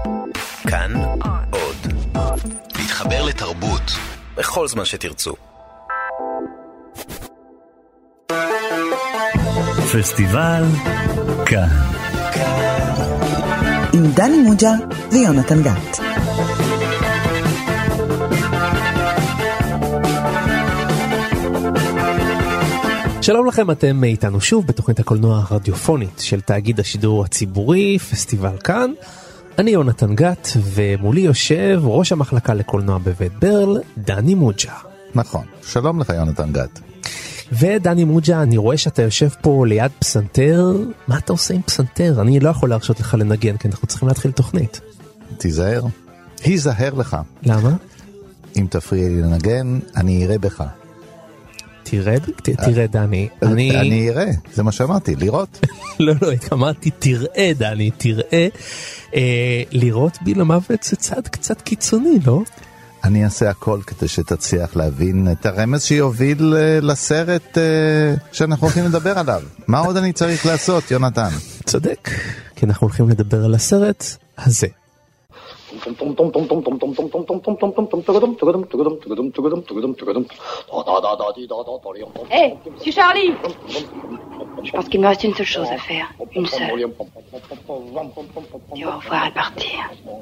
כאן עוד. להתחבר לתרבות בכל זמן שתרצו. פסטיבל כאן. עם דני מוג'ה ויונתן גת. שלום לכם, אתם איתנו שוב בתוכנית הקולנוע הרדיופונית של תאגיד השידור הציבורי, פסטיבל כאן. אני יונתן גת, ומולי יושב ראש המחלקה לקולנוע בבית ברל, דני מוג'ה. נכון, שלום לך יונתן גת. ודני מוג'ה, אני רואה שאתה יושב פה ליד פסנתר. מה אתה עושה עם פסנתר? אני לא יכול להרשות לך לנגן, כי אנחנו צריכים להתחיל תוכנית. תיזהר, היזהר לך. למה? אם תפריע לי לנגן, אני אראה בך. תראה דני. אני אראה, זה מה שאמרתי, לראות. לא, אמרתי תראה דני, תראה. לראות בי למוות זה צעד קצת קיצוני, לא? אני אעשה הכל כדי שתצליח להבין את הרמז שיוביל לסרט שאנחנו הולכים לדבר עליו. מה עוד אני צריך לעשות, יונתן? צודק, כי אנחנו הולכים לדבר על הסרט הזה. Hey, monsieur Charlie! Je pense qu'il me reste une seule chose à faire. Une seule. Dire au revoir et partir.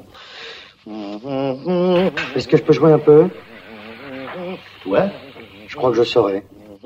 Est-ce que je peux jouer un peu? Ouais, je crois que je saurai.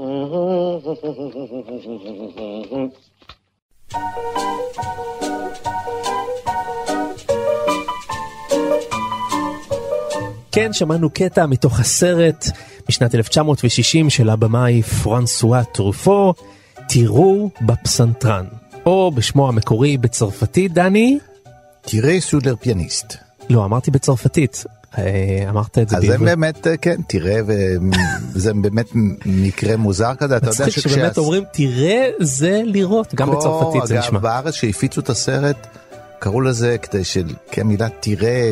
כן, שמענו קטע מתוך הסרט משנת 1960 של הבמאי פרנסואה טרופו, תראו בפסנתרן, או בשמו המקורי בצרפתית, דני? תראה סולר פיאניסט. לא, אמרתי בצרפתית. אמרת את זה בעברית. אז זה באמת, כן, תראה, וזה באמת מקרה מוזר כזה. מצחיק שבאמת אומרים, תראה זה לראות, גם בצרפתית זה נשמע. בארץ שהפיצו את הסרט, קראו לזה כדי שהמילה תראה,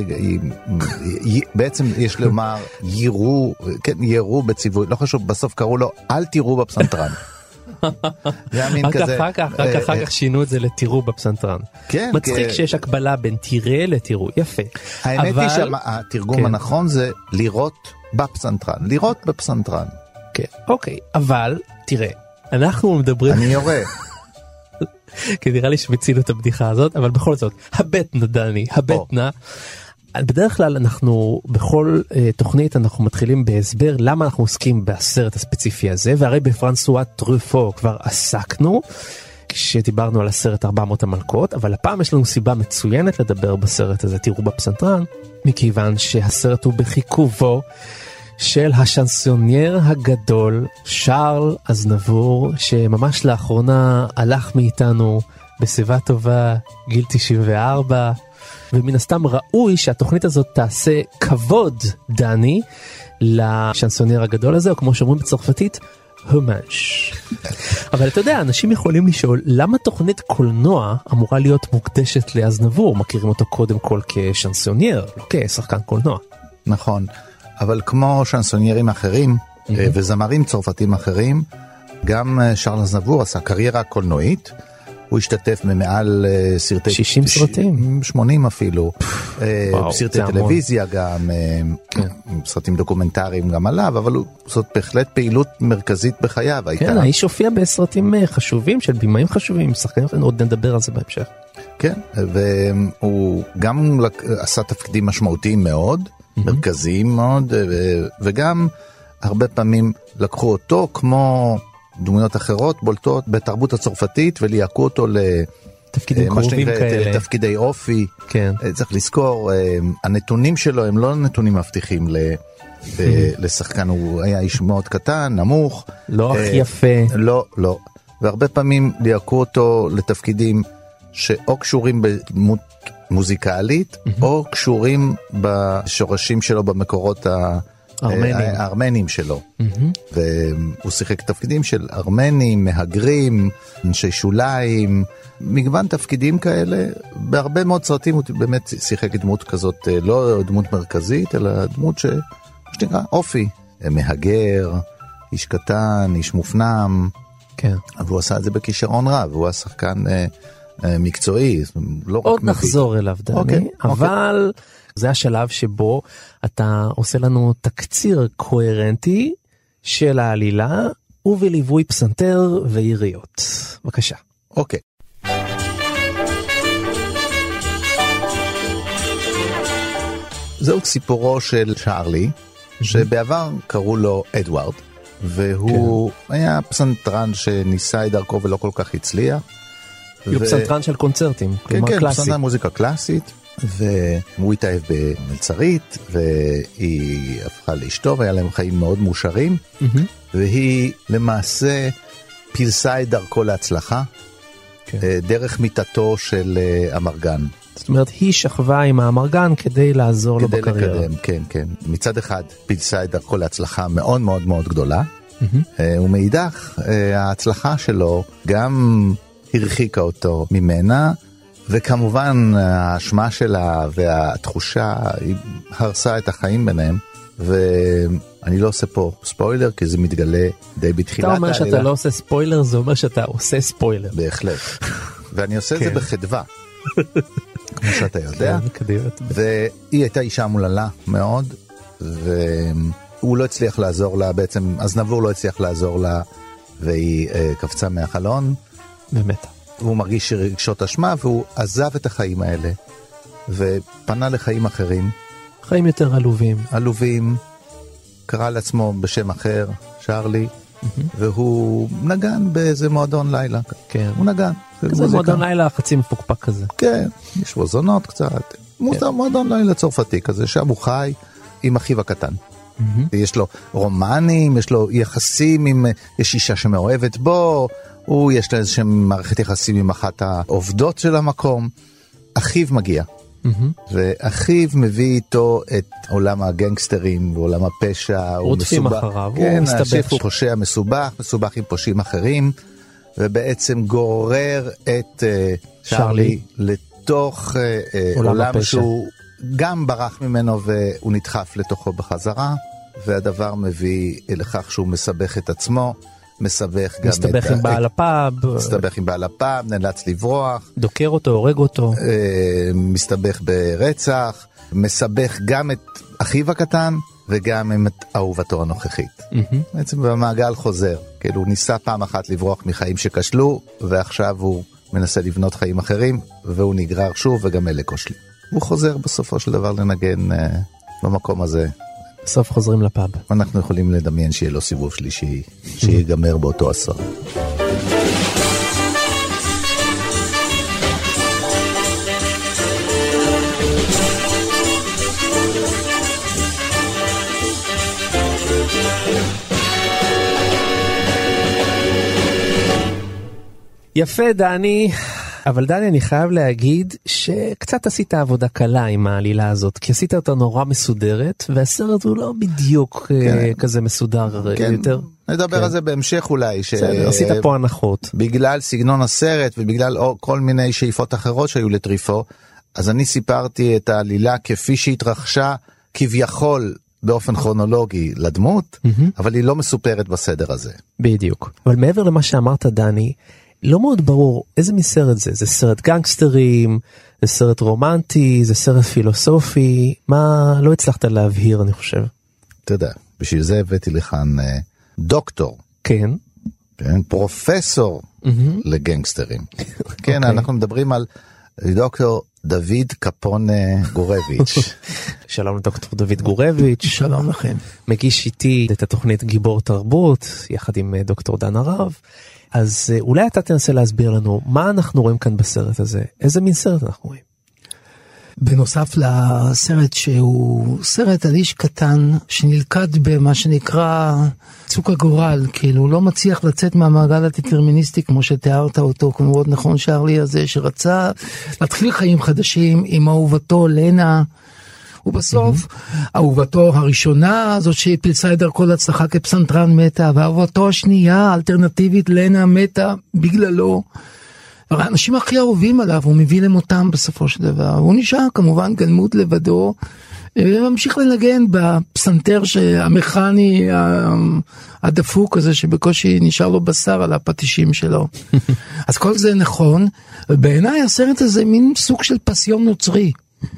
בעצם יש לומר ירו בציווי, לא חשוב, בסוף קראו לו אל תראו בפסנתרן. רק אחר כך שינו את זה לתראו בפסנתרן. מצחיק שיש הקבלה בין תראה לתראו, יפה. האמת היא שהתרגום הנכון זה לראות בפסנתרן, לראות בפסנתרן. כן, אוקיי, אבל תראה, אנחנו מדברים... אני יורה. כי נראה לי שמיצינו את הבדיחה הזאת, אבל בכל זאת, הבטנה דני, הבטנה. בדרך כלל אנחנו, בכל תוכנית אנחנו מתחילים בהסבר למה אנחנו עוסקים בסרט הספציפי הזה, והרי בפרנסואה טרופו כבר עסקנו, כשדיברנו על הסרט 400 המלכות, אבל הפעם יש לנו סיבה מצוינת לדבר בסרט הזה, תראו בפסנתרן, מכיוון שהסרט הוא בחיכובו של השנסיונייר הגדול, שרל אזנבור, שממש לאחרונה הלך מאיתנו בשיבה טובה, גיל 94, ומן הסתם ראוי שהתוכנית הזאת תעשה כבוד, דני, לשנסיונייר הגדול הזה, או כמו שאומרים בצרפתית, הומאז'. אבל אתה יודע, אנשים יכולים לשאול, למה תוכנית קולנוע אמורה להיות מוקדשת לאזנבור? מכירים אותו קודם כל כשנסיונייר, לא כשחקן קולנוע. נכון. אבל כמו שנסוניירים אחרים וזמרים צרפתים אחרים, גם שרל אזנבור עשה קריירה קולנועית. הוא השתתף במעל סרטי 60 סרטים, 80 אפילו, סרטי טלוויזיה גם, סרטים דוקומנטריים גם עליו, אבל זאת בהחלט פעילות מרכזית בחייו. כן, האיש הופיע בסרטים חשובים של בימאים חשובים, שחקנים, עוד נדבר על זה בהמשך. כן, והוא גם עשה תפקידים משמעותיים מאוד, מרכזיים מאוד, וגם הרבה פעמים לקחו אותו כמו דמויות אחרות בולטות בתרבות הצרפתית וליעקו אותו לתפקידים קרובים כאלה, לתפקידי אופי. כן. צריך לזכור, הנתונים שלו הם לא נתונים מבטיחים לשחקן. הוא היה איש מאוד קטן, נמוך, לא הכי יפה, לא, והרבה פעמים ליעקו אותו לתפקידים שאו קשורים בדמות מוזיקלית, או קשורים בשורשים שלו, במקורות הארמנים שלו. והוא שיחק תפקידים של ארמנים, מהגרים, אנשי שוליים, מגוון תפקידים כאלה. בהרבה מאוד סרטים הוא באמת שיחק דמות כזאת, לא דמות מרכזית, אלא דמות שנקרא אופי, מהגר, איש קטן, איש מופנם. כן. אבל הוא עשה את זה בכישרון רב, הוא השחקן מקצועי, לא רק עוד נחזור אליו, דני, אבל זה השלב שבו אתה עושה לנו תקציר קוהרנטי של העלילה, ובליווי פסנתר ויריות. בבקשה. אוקיי. זהו סיפורו של צ'ארלי, שבעבר קראו לו אדוארד, והוא היה פסנתרן שניסה את דרכו ולא כל כך הצליח. כאילו פסנתרן של קונצרטים, כלומר קלאסי. כן, פסנתרן מוזיקה קלאסית, והוא התאהב במלצרית, והיא הפכה לאשתו, והיה להם חיים מאוד מאושרים, והיא למעשה פילסה את דרכו להצלחה, דרך מיטתו של אמרגן. זאת אומרת, היא שכבה עם האמרגן כדי לעזור לו בקריירה. כדי לקדם, כן, כן. מצד אחד, פילסה את דרכו להצלחה מאוד מאוד מאוד גדולה, ומאידך, ההצלחה שלו גם הרחיקה אותו ממנה, וכמובן, האשמה שלה והתחושה, היא הרסה את החיים ביניהם, ואני לא עושה פה ספוילר, כי זה מתגלה די בתחילת העלילה. אתה אומר שאתה לא עושה ספוילר, זה אומר שאתה עושה ספוילר. בהחלט. ואני עושה את זה בחדווה. כמו שאתה יודע, והיא הייתה אישה מוללה מאוד, והוא לא הצליח לעזור לה, בעצם אזנבור לא הצליח לעזור לה, והיא קפצה מהחלון, ומתה. והוא מרגיש רגשות אשמה, והוא עזב את החיים האלה, ופנה לחיים אחרים. חיים יותר עלובים. עלובים, קרא לעצמו בשם אחר, צ'ארלי, והוא נגן באיזה מועדון לילה. כן. הוא נגן. זה מועדון לילה חצי מפוקפק כזה. כן, יש בו זונות קצת. מועדון לילה צרפתי כזה, שם הוא חי עם אחיו הקטן. יש לו רומנים, יש לו יחסים עם, יש אישה שמאוהבת בו, יש לו איזושהי מערכת יחסים עם אחת העובדות של המקום. אחיו מגיע. ואחיו מביא איתו את עולם הגנגסטרים ועולם הפשע. רודפים אחריו, כן, השף הוא פושע מסובך עם פושעים אחרים, ובעצם גורר את צ'ארלי לתוך עולם שהוא גם ברח ממנו והוא נדחף לתוכו בחזרה, והדבר מביא לכך שהוא מסבך את עצמו, מסתבך עם בעל הפאב, נאלץ לברוח, דוקר אותו, הורג אותו, מסתבך ברצח, מסבך גם את אחיו הקטן וגם עם אהובתו הנוכחית. בעצם במעגל חוזר, כאילו הוא ניסה פעם אחת לברוח מחיים שכשלו, ועכשיו הוא מנסה לבנות חיים אחרים, והוא נגרר שוב וגם אלה כושלים. הוא חוזר בסופו של דבר לנגן במקום הזה. בסוף חוזרים לפאב. אנחנו יכולים לדמיין שיהיה לו סיבוב שלישי, שיגמר באותו עשור. יפה דני, אבל דני אני חייב להגיד שקצת עשית עבודה קלה עם העלילה הזאת, כי עשית אותה נורא מסודרת, והסרט הוא לא בדיוק כזה מסודר יותר. נדבר על זה בהמשך אולי. עשית פה הנחות. בגלל סגנון הסרט ובגלל כל מיני שאיפות אחרות שהיו לטריפו, אז אני סיפרתי את העלילה כפי שהתרחשה כביכול באופן כרונולוגי לדמות, אבל היא לא מסופרת בסדר הזה. בדיוק. אבל מעבר למה שאמרת דני, לא מאוד ברור איזה מסרט זה. זה סרט גנגסטרים, זה סרט רומנטי, זה סרט פילוסופי. מה לא הצלחת להבהיר, אני חושב? אתה יודע, בשביל זה הבאתי לכאן דוקטור. כן. פרופסור לגנגסטרים. כן, אנחנו מדברים על דוקטור דוד קפונה גורביץ'. שלום לדוקטור דוד גורביץ'. שלום לכם. מגיש איתי את התוכנית גיבור תרבות, יחד עם דוקטור דן הרב. אז אולי אתה תנסה להסביר לנו מה אנחנו רואים כאן בסרט הזה, איזה מין סרט אנחנו רואים? בנוסף לסרט שהוא סרט על איש קטן שנלכד במה שנקרא צוק הגורל, כאילו הוא לא מצליח לצאת מהמעגל הדטרמיניסטי כמו שתיארת אותו, כמו מאוד נכון צ'ארלי הזה, שרצה להתחיל חיים חדשים עם אהובתו לנה, ובסוף אהובתו הראשונה זאת שפילסה את דרכו להצלחה כפסנתרן מתה, ואהובתו השנייה האלטרנטיבית לנה מתה בגללו. האנשים הכי אהובים עליו הוא מביא למותם בסופו של דבר, הוא נשאר כמובן גלמות לבדו וממשיך לנגן בפסנתר המכני הדפוק הזה שבקושי נשאר לו בשר על הפטישים שלו. אז כל זה נכון, ובעיניי הסרט הזה מין סוג של פסיון נוצרי.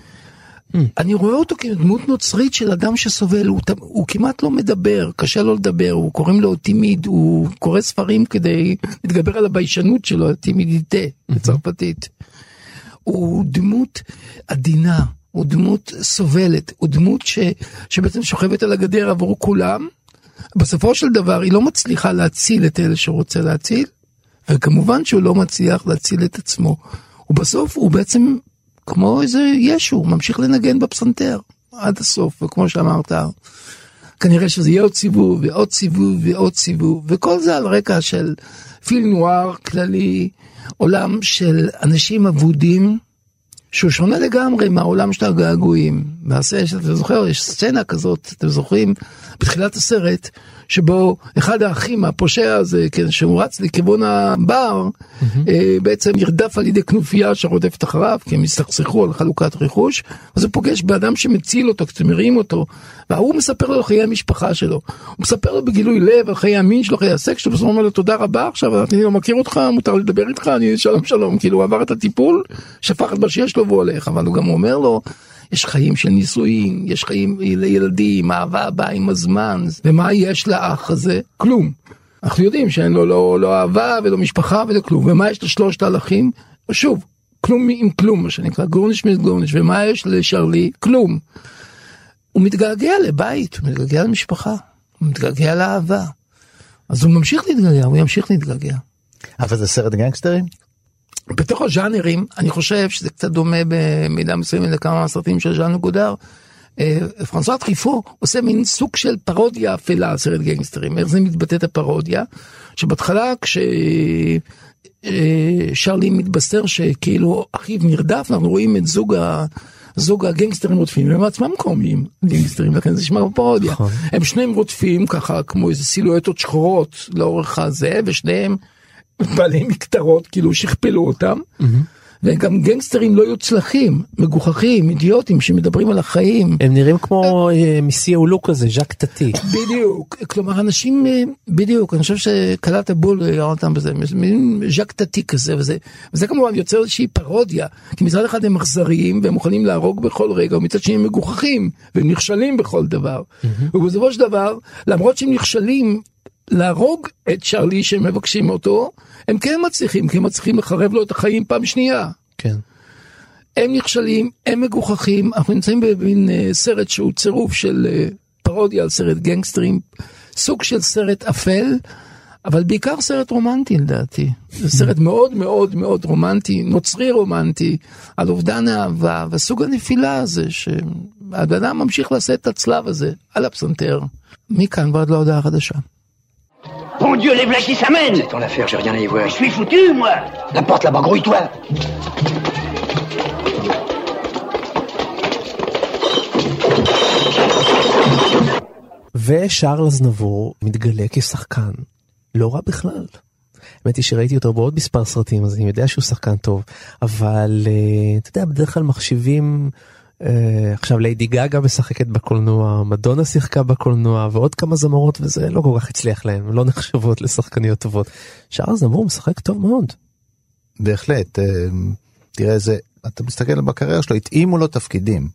אני רואה אותו כדמות נוצרית של אדם שסובל, הוא כמעט לא מדבר, קשה לו לדבר, הוא קוראים לו טימיד, הוא קורא ספרים כדי להתגבר על הביישנות שלו, טימידיטה בצרפתית. הוא דמות עדינה, הוא דמות סובלת, הוא דמות שבעצם שוכבת על הגדר עבור כולם. בסופו של דבר היא לא מצליחה להציל את אלה שרוצה להציל, וכמובן שהוא לא מצליח להציל את עצמו. ובסוף הוא בעצם כמו איזה ישו, ממשיך לנגן בפסנתר עד הסוף, וכמו שאמרת, כנראה שזה יהיה עוד סיבוב ועוד סיבוב ועוד סיבוב, וכל זה על רקע של פיל נואר כללי, עולם של אנשים אבודים, שהוא שונה לגמרי מהעולם של הגעגועים. אתה זוכר, יש סצנה כזאת, אתם זוכרים, בתחילת הסרט, שבו אחד האחים, הפושע הזה, כן, שהוא רץ לכיוון הבר, בעצם נרדף על ידי כנופיה שרודפת אחריו, כי הם הסתכסכו על חלוקת רכוש, אז הוא פוגש באדם שמציל אותו, קצת מרים אותו, והוא מספר לו על חיי המשפחה שלו, הוא מספר לו בגילוי לב על חיי המין שלו, חיי הסקס שלו, הוא אומר לו תודה רבה, עכשיו אני לא מכיר אותך, מותר לדבר איתך, אני שלום שלום, כאילו הוא עבר את הטיפול, שפך את בשיש לו והוא הולך, אבל הוא גם אומר לו, יש חיים של נישואים, יש חיים לילדים, אהבה הבאה עם הזמן, ומה יש לאח הזה? כלום. אנחנו יודעים שאין לו לא אהבה ולא משפחה ולא כלום, ומה יש לשלושת האחים? שוב, כלום עם כלום, מה שנקרא, גורניש מגורניש, ומה יש לשרלי? כלום. הוא מתגעגע לבית, הוא מתגעגע למשפחה, הוא מתגעגע לאהבה. אז הוא ממשיך להתגעגע, הוא ימשיך להתגעגע. אבל זה סרט גנגסטרים? בתוך הז'אנרים, אני חושב שזה קצת דומה במידה מסוימת לכמה מהסרטים של ז'אן גודר. פרנסואה טריפו עושה מין סוג של פרודיה אפלה על סרט גנגסטרים. איך זה מתבטאת הפרודיה? שבהתחלה כששרלי מתבשר שכאילו אחיו נרדף, אנחנו רואים את זוג הגנגסטרים רודפים, הם עצמם קומיים גנגסטרים, לכן זה שמע בפרודיה. הם שניהם רודפים ככה כמו איזה סילואטות שחורות לאורך הזה, ושניהם בעלי מקטרות, כאילו שכפלו אותם, וגם גנגסטרים לא יוצלחים, מגוחכים, אידיוטים שמדברים על החיים. הם נראים כמו מסיה אולו כזה, ז'ק טטי. בדיוק, כלומר אנשים, בדיוק, אני חושב שקלט הבול ראה אותם בזה, ז'ק טטי כזה, וזה כמובן יוצר איזושהי פרודיה, כי מצד אחד הם אכזריים, והם מוכנים להרוג בכל רגע, ומצד שני הם מגוחכים, והם נכשלים בכל דבר. ובסופו של דבר, למרות שהם נכשלים, להרוג את שרלי שהם מבקשים אותו, הם כן מצליחים, כי הם מצליחים לחרב לו את החיים פעם שנייה. כן. הם נכשלים, הם מגוחכים, אנחנו נמצאים במין סרט שהוא צירוף של פרודיה על סרט גנגסטרים, סוג של סרט אפל, אבל בעיקר סרט רומנטי לדעתי. זה סרט מאוד מאוד מאוד רומנטי, נוצרי רומנטי, על אובדן האהבה, והסוג הנפילה הזה, שהאדם ממשיך לעשות את הצלב הזה, על הפסנתר. מכאן ועד להודעה חדשה. Bon Dieu, les v'là qui s'amènent! C'est ton affaire, j'ai rien à y voir. Je suis foutu, moi! La porte là-bas, grouille-toi! ושארל אזנבור מתגלה כשחקן לא רע בכלל. האמת היא שראיתי אותו בעוד מספר סרטים, אז אני יודע שהוא שחקן טוב, אבל אתה יודע, בדרך כלל מחשיבים, עכשיו ליידי גגה משחקת בקולנוע, מדונה שיחקה בקולנוע, ועוד כמה זמרות, וזה לא כל כך הצליח להם, לא נחשבות לשחקניות טובות. שארל אזנבור משחק טוב מאוד. בהחלט, תראה איזה, אתה מסתכל בקריירה שלו, התאימו לו תפקידים,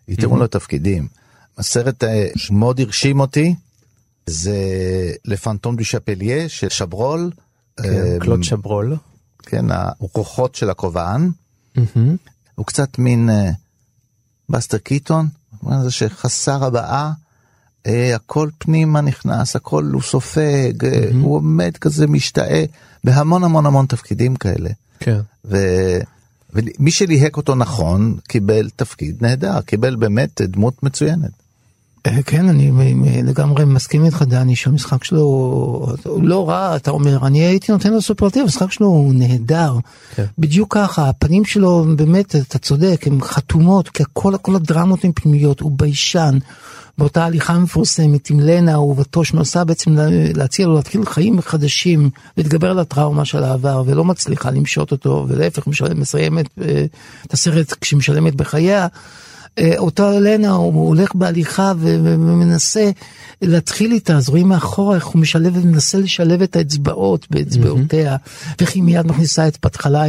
הסרט שמאוד הרשים אותי, זה לפנטום דו שפליה של שברול, קלוד שברול, כן, הכוחות של הכובען, הוא קצת מין בסטר קיטון, זה שחסר הבאה, הכל פנימה נכנס, הכל הוא סופג, הוא עומד כזה משתאה, בהמון המון המון תפקידים כאלה. כן. ומי שליהק אותו נכון, קיבל תפקיד נהדר, קיבל באמת דמות מצוינת. כן, אני לגמרי מסכים איתך דני, שהמשחק שלו הוא לא רע, אתה אומר, אני הייתי נותן לו סופרלטיב, המשחק שלו הוא נהדר, בדיוק ככה, הפנים שלו באמת, אתה צודק, הן חתומות, כי כל הדרמות הן פנימיות, הוא ביישן, באותה הליכה מפורסמת עם לנה, ובתו שנוסע בעצם להציע לו להתחיל חיים חדשים, להתגבר על הטראומה של העבר, ולא מצליחה למשות אותו, ולהפך מסיימת את הסרט כשמשלמת בחייה, אותה אלנה, הוא הולך בהליכה ומנסה להתחיל איתה, אז רואים מאחורה איך הוא משלב ומנסה לשלב את האצבעות באצבעותיה, ואיך היא מיד מכניסה את פתחלה,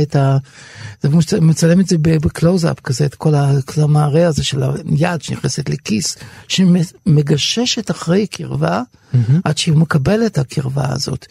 מצלם את זה בקלוז-אפ כזה, את כל המערה הזה של היד שנכנסת לכיס, שמגששת אחרי קרבה, עד שהיא מקבלת את הקרבה הזאת.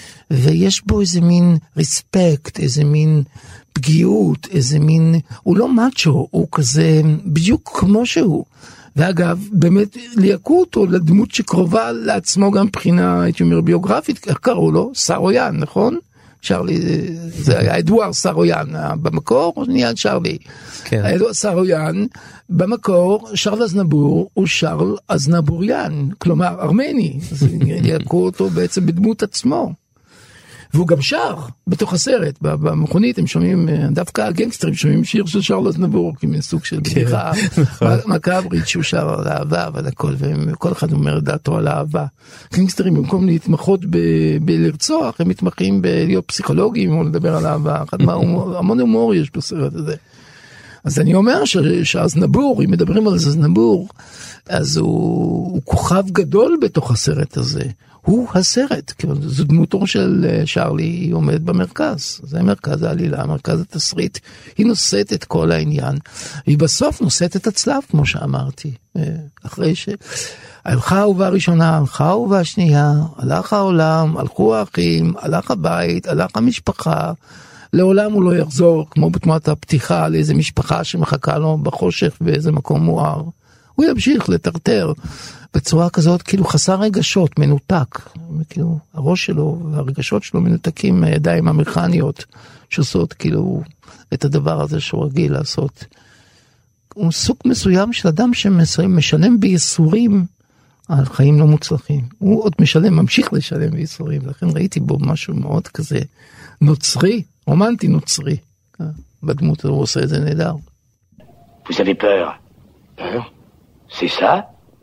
ויש בו איזה מין ריספקט, איזה מין פגיעות, איזה מין, הוא לא מאצ'ו, הוא כזה בדיוק כמו שהוא. ואגב, באמת ליעקו אותו לדמות שקרובה לעצמו גם מבחינה, הייתי אומר, ביוגרפית, איך קראו לו? סרויאן, נכון? שרלי, זה היה אדואר סרויאן, במקור נהיה שרלי. כן. אדואר סרויאן, במקור, שרל אזנבור הוא שרל אזנבוריאן, כלומר ארמני, אז ליעקו אותו בעצם בדמות עצמו. והוא גם שר בתוך הסרט, במכונית הם שומעים, דווקא הגנגסטרים שומעים שיר של שרל אזנבור, כי מסוג של בדיחה מקברית שהוא שר על אהבה ועל הכל, וכל אחד אומר דעתו על אהבה. גנגסטרים במקום להתמחות בלרצוח, הם מתמחים בלהיות פסיכולוגים או לדבר על אהבה, המון הומור יש בסרט הזה. אז אני אומר שהזנבור, אם מדברים על זנבור, אז הוא כוכב גדול בתוך הסרט הזה. הוא הסרט, זו דמותו של שרלי, היא עומדת במרכז. זה מרכז העלילה, מרכז התסריט. היא נושאת את כל העניין. היא בסוף נושאת את הצלב, כמו שאמרתי. אחרי הלכה האהובה הראשונה, הלכה האהובה השנייה, הלך העולם, הלכו האחים, הלך הבית, הלך המשפחה. לעולם הוא לא יחזור, כמו בתמונת הפתיחה, לאיזה משפחה שמחכה לו בחושך באיזה מקום מואר. הוא ימשיך לטרטר בצורה כזאת, כאילו חסר רגשות, מנותק. כאילו, הראש שלו והרגשות שלו מנותקים מהידיים המכניות, שעושות כאילו את הדבר הזה שהוא רגיל לעשות. הוא סוג מסוים של אדם שמשלם בייסורים על חיים לא מוצלחים. הוא עוד ממשיך לשלם בייסורים, לכן ראיתי בו משהו מאוד כזה נוצרי, רומנטי נוצרי. בדמות הוא עושה את זה נהדר. Vous avez peur? Peur? C'est ça?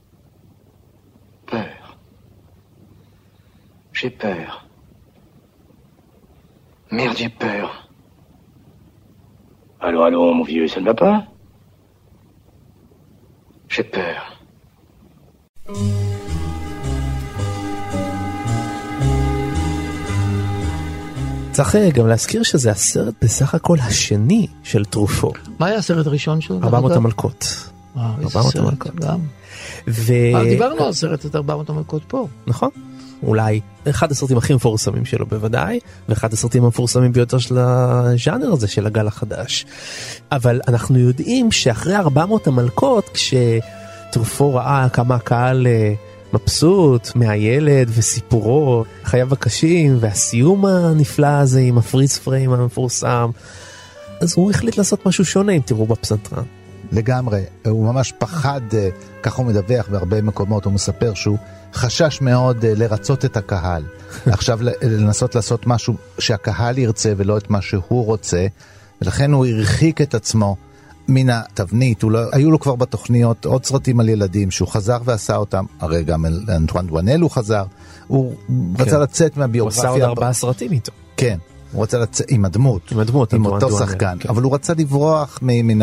Peur. J'ai peur. Merde, j'ai peur. Allô, mon vieux, ça ne va pas? J'ai peur. צריך גם להזכיר שזה הסרט בסך הכל השני של טרופו. מה היה הסרט הראשון שלו? 400 המלכות. 400 המלכות. דיברנו על סרט את 400 המלכות פה. נכון. אולי אחד הסרטים הכי מפורסמים שלו בוודאי, ואחד הסרטים המפורסמים ביותר של הז'אנר הזה של הגל החדש. אבל אנחנו יודעים שאחרי 400 המלכות, כשטרופו ראה כמה הקהל מבסוט מהילד וסיפורו, חייו הקשים והסיום הנפלא הזה עם הפריז פריים המפורסם, אז הוא החליט לעשות משהו שונה, אם תראו בפסנתרן. לגמרי, הוא ממש פחד, כך הוא מדווח בהרבה מקומות, הוא מספר שהוא חשש מאוד לרצות את הקהל. עכשיו לנסות לעשות משהו שהקהל ירצה ולא את מה שהוא רוצה, ולכן הוא הרחיק את עצמו מן התבנית. היו לו כבר בתוכניות עוד סרטים על ילדים שהוא חזר ועשה אותם, הרי גם אנטואן דואנל הוא חזר, הוא רצה לצאת מהביוגרפיה. הוא עשה עוד 4 סרטים איתו. כן, הוא רצה לצאת עם הדמות, עם אותו שחקן, אבל הוא רצה לברוח מן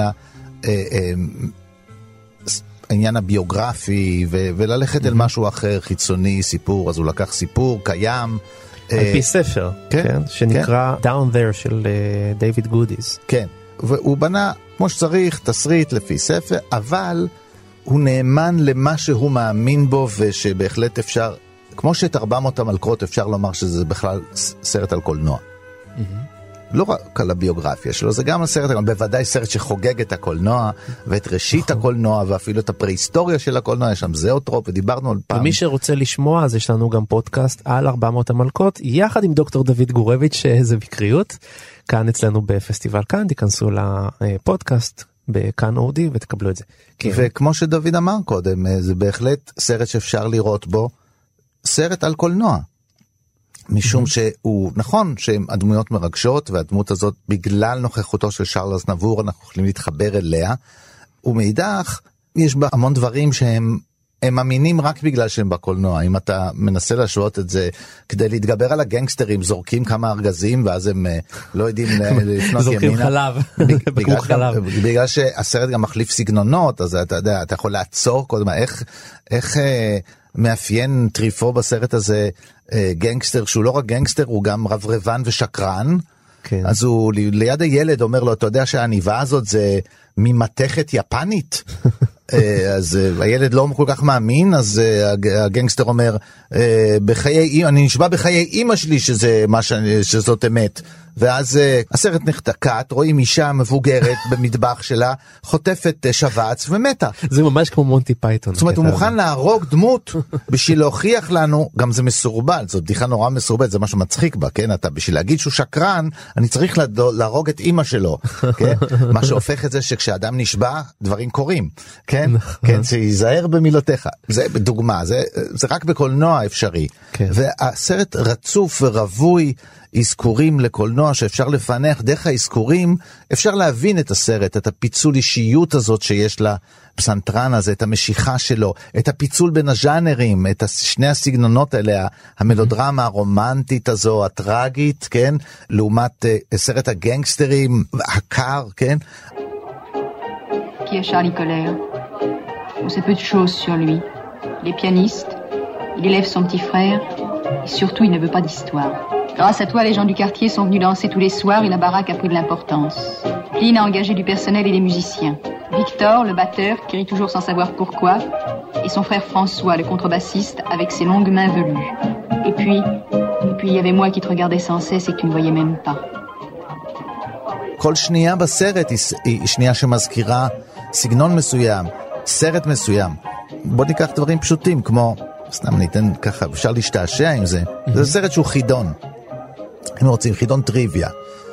העניין הביוגרפי וללכת אל משהו אחר, חיצוני, סיפור. אז הוא לקח סיפור קיים על פי ספר, שנקרא Down There של דיוויד גודיס. כן, והוא בנה כמו שצריך תסריט לפי ספר, אבל הוא נאמן למה שהוא מאמין בו, ושבהחלט אפשר, כמו שאת 400 המלכות אפשר לומר שזה בכלל סרט על קולנוע. לא רק על הביוגרפיה שלו, זה גם הסרט, בוודאי סרט שחוגג את הקולנוע, ואת ראשית הקולנוע, ואפילו את הפרה-היסטוריה של הקולנוע, יש שם זאוטרופ, ודיברנו על פעם. ומי שרוצה לשמוע, אז יש לנו גם פודקאסט על 400 המלכות, יחד עם דוקטור דוד גורביץ', שזה בקריות, כאן אצלנו בפסטיבל כאן, תיכנסו לפודקאסט בכאן אודי, ותקבלו את זה. וכמו שדוד אמר קודם, זה בהחלט סרט שאפשר לראות בו, סרט על קולנוע. משום שהוא, נכון שהדמויות מרגשות, והדמות הזאת בגלל נוכחותו של שרל אזנבור אנחנו יכולים להתחבר אליה, ומאידך יש בה המון דברים שהם הם מאמינים רק בגלל שהם בקולנוע. אם אתה מנסה להשוות את זה, כדי להתגבר על הגנגסטרים, זורקים כמה ארגזים, ואז הם לא יודעים לפנות זורקים ימינה. זורקים חלב. בגלל שהסרט גם מחליף סגנונות, אז אתה יודע, אתה יכול לעצור קודם, איך מאפיין טריפו בסרט הזה גנגסטר, שהוא לא רק גנגסטר, הוא גם רברבן ושקרן. כן. אז הוא ליד הילד אומר לו, אתה יודע שהעניבה הזאת זה ממתכת יפנית? אז הילד לא כל כך מאמין, אז הגנגסטר אומר, אני נשבע בחיי אמא שלי שזאת אמת. ואז הסרט נחתקת, רואים אישה מבוגרת במטבח שלה, חוטפת שבץ ומתה. זה ממש כמו מונטי פייתון. זאת אומרת, הוא מוכן להרוג דמות בשביל להוכיח לנו, גם זה מסורבל, זאת בדיחה נורא מסורבלת, זה משהו מצחיק בה, כן? אתה בשביל להגיד שהוא שקרן, אני צריך להרוג את אמא שלו, כן? מה שהופך את זה שכשאדם נשבע, דברים קורים, כן? כן, שיזהר במילותיך. זה בדוגמה, זה רק בקולנוע אפשרי. והסרט רצוף ורווי אזכורים לקולנוע שאפשר לפענח דרך האזכורים, אפשר להבין את הסרט, את הפיצול אישיות הזאת שיש לפסנתרן הזה, את המשיכה שלו, את הפיצול בין הז'אנרים, את שני הסגנונות האלה, המלודרמה הרומנטית הזו, הטרגית, כן? לעומת סרט הגנגסטרים, הקר, כן? Qui est Charlie Colère? On sait peu de choses sur lui. Il est pianiste, il élève son petit frère, et surtout il ne veut pas d'histoire. Grâce à toi, les gens du quartier sont venus danser tous les soirs et la baraque a pris de l'importance. Pline a engagé du personnel et des musiciens. Victor, le batteur, qui rit toujours sans savoir pourquoi, et son frère François, le contrebassiste, avec ses longues mains velues. Et puis, il y avait moi qui te regardais sans cesse et que tu ne voyais même pas. כל שנייה בסרט היא שנייה שמזכירה סגנון מסוים, סרט מסוים. בוא ניקח דברים פשוטים, כמו, סתם ניתן ככה, אפשר להשתעשע עם זה. זה סרט שהוא חידון. אם רוצים, חידון טריוויה.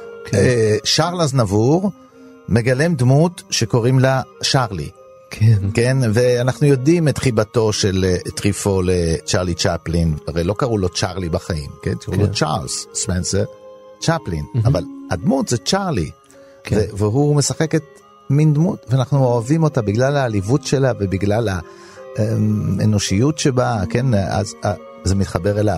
שרל אזנבור מגלם דמות שקוראים לה שרלי. כן, ואנחנו יודעים את חיבתו של טריפו לצ'רלי צ'פלין, הרי לא קראו לו צ'רלי בחיים, כן? קראו לו צ'ארלס ספנסר צ'פלין, אבל הדמות זה צ'רלי, והוא משחק את מין דמות, ואנחנו אוהבים אותה בגלל העליבות שלה ובגלל האנושיות שבה, כן, אז זה מתחבר אליו.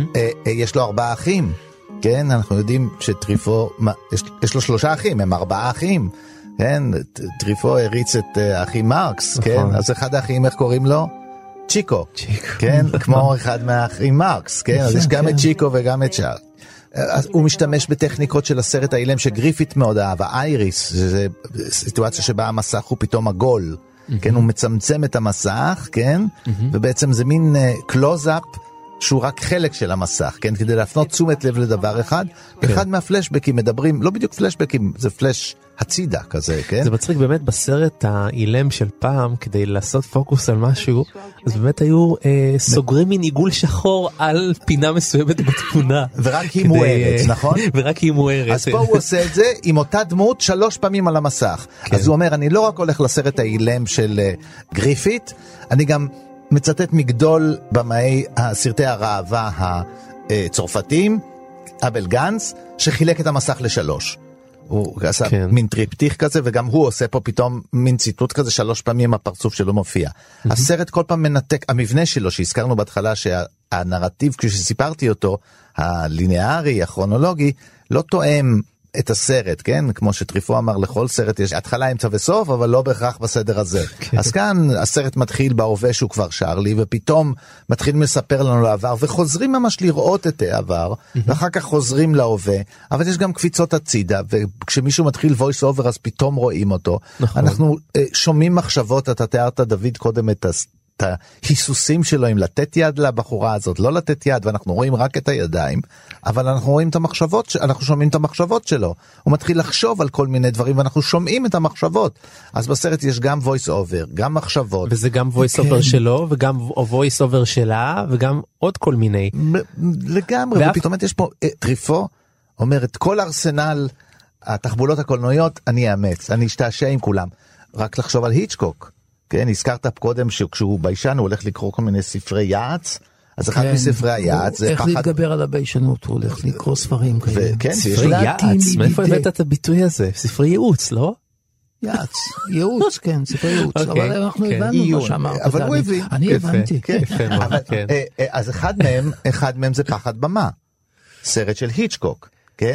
יש לו 4 אחים, כן, אנחנו יודעים שטריפו, יש לו 3 אחים, הם 4 אחים, כן, טריפו הריץ את אחי מרקס, כן, אז אחד האחים, איך קוראים לו? צ'יקו, כן, כמו אחד מהאחים מרקס, כן, אז יש גם את צ'יקו וגם את שרל. אז הוא משתמש בטכניקות של הסרט האילם שגריפית מאוד אהב, האייריס, זה סיטואציה שבה המסך הוא פתאום עגול, כן, הוא מצמצם את המסך, כן, ובעצם זה מין קלוז-אפ, שהוא רק חלק של המסך, כן, כדי להפנות תשומת לב לדבר אחד, אחד מהפלשבקים מדברים, לא בדיוק פלשבקים, זה פלש הצידה כזה, כן? זה מצחיק באמת בסרט האילם של פעם, כדי לעשות פוקוס על משהו, אז באמת היו סוגרים מין עיגול שחור על פינה מסוימת בתמונה. ורק היא מוארת, נכון? ורק היא מוארת. אז פה הוא עושה את זה עם אותה דמות 3 פעמים על המסך. אז הוא אומר, אני לא רק הולך לסרט האילם של גריפית, אני גם מצטט מגדול במאי סרטי הראווה הצרפתיים, אבל גנץ, שחילק את המסך ל3. הוא עשה מין טריפטיך כזה, וגם הוא עושה פה פתאום מין ציטוט כזה 3 פעמים הפרצוף שלו מופיע. הסרט כל פעם מנתק, המבנה שלו שהזכרנו בהתחלה שהנרטיב כפי שסיפרתי אותו, הליניארי, הכרונולוגי, לא תואם את הסרט, כן? כמו שטריפו אמר, לכל סרט יש התחלה, אמצע וסוף, אבל לא בהכרח בסדר הזה. אז כאן הסרט מתחיל בהווה שהוא כבר שרלי, ופתאום מתחיל מספר לנו לעבר, וחוזרים ממש לראות את העבר, ואחר כך חוזרים להווה, אבל יש גם קפיצות הצידה, וכשמישהו מתחיל voice over, אז פתאום רואים אותו. אנחנו שומעים מחשבות, אתה תיארת דוד קודם את ההיסוסים שלו, אם לתת יד לבחורה הזאת, לא לתת יד, ואנחנו רואים רק את הידיים, אבל אנחנו רואים את המחשבות, אנחנו שומעים את המחשבות שלו. הוא מתחיל לחשוב על כל מיני דברים, ואנחנו שומעים את המחשבות. אז בסרט יש גם voice over, גם מחשבות. וזה גם voice over שלו, וגם voice over שלה, וגם עוד כל מיני. לגמרי, ופתאום יש פה טריפו, אומר את כל ארסנל התחבולות הקולנועיות, אני אאמץ, אני אשתעשע עם כולם. רק לחשוב על היצ'קוק. כן, הזכרת קודם שכשהוא ביישן הוא הולך לקרוא כל מיני ספרי יעץ, אז אחד מספרי היעץ זה איך להתגבר על הביישנות, הוא הולך לקרוא ספרים כאלה. ספרי יעץ, מאיפה הבאת את הביטוי הזה? ספרי ייעוץ, לא? ייעוץ, כן, ספר ייעוץ, אבל אנחנו הבנו מה שאמרת. אבל הוא הבין. אני הבנתי. אז אחד מהם זה פחד במה, סרט של היצ'קוק, כן?